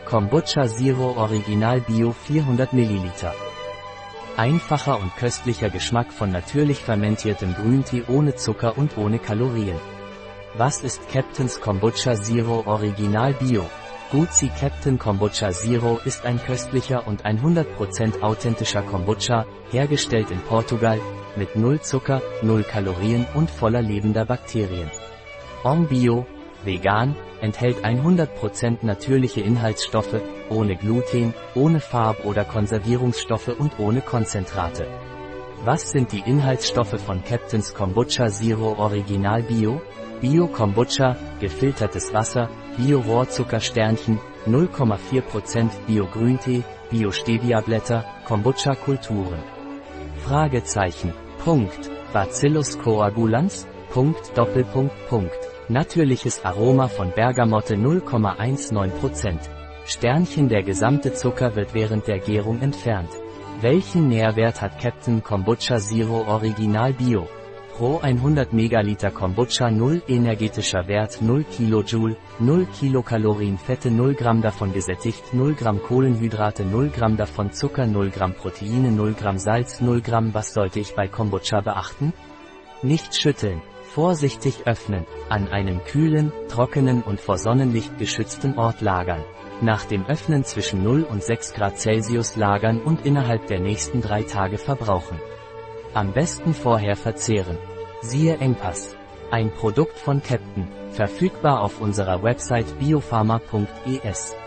Kombucha Zero Original Bio 400 ml. Einfacher und köstlicher Geschmack von natürlich fermentiertem Grüntee ohne Zucker und ohne Kalorien. Was ist Captain's Kombucha Zero Original Bio? Gucci Captain Kombucha Zero ist ein köstlicher und 100% authentischer Kombucha, hergestellt in Portugal, mit 0 Zucker, 0 Kalorien und voller lebender Bakterien. En Bio, vegan, enthält 100% natürliche Inhaltsstoffe, ohne Gluten, ohne Farb- oder Konservierungsstoffe und ohne Konzentrate. Was sind die Inhaltsstoffe von Captain's Kombucha Zero Original Bio? Bio Kombucha, gefiltertes Wasser, Bio Rohrzucker Sternchen, 0,4% Bio Grüntee, Bio Stevia-Blätter, Kombucha Kulturen. Fragezeichen. Punkt. Bacillus coagulans? Punkt. Punkt. Natürliches Aroma von Bergamotte 0,19%. Sternchen. Der gesamte Zucker wird während der Gärung entfernt. Welchen Nährwert hat Captain Kombucha Zero Original Bio? Pro 100 Megaliter Kombucha 0 energetischer Wert 0 kJ, 0 Kilokalorien Fette 0 Gramm davon gesättigt 0 Gramm Kohlenhydrate 0 Gramm davon Zucker 0 Gramm Proteine 0 Gramm Salz 0 Gramm. Was sollte ich bei Kombucha beachten? Nicht schütteln, vorsichtig öffnen, an einem kühlen, trockenen und vor Sonnenlicht geschützten Ort lagern. Nach dem Öffnen zwischen 0 und 6 Grad Celsius lagern und innerhalb der nächsten 3 Tage verbrauchen. Am besten vorher verzehren. Siehe Engpass. Ein Produkt von Captain, verfügbar auf unserer Website biopharma.es.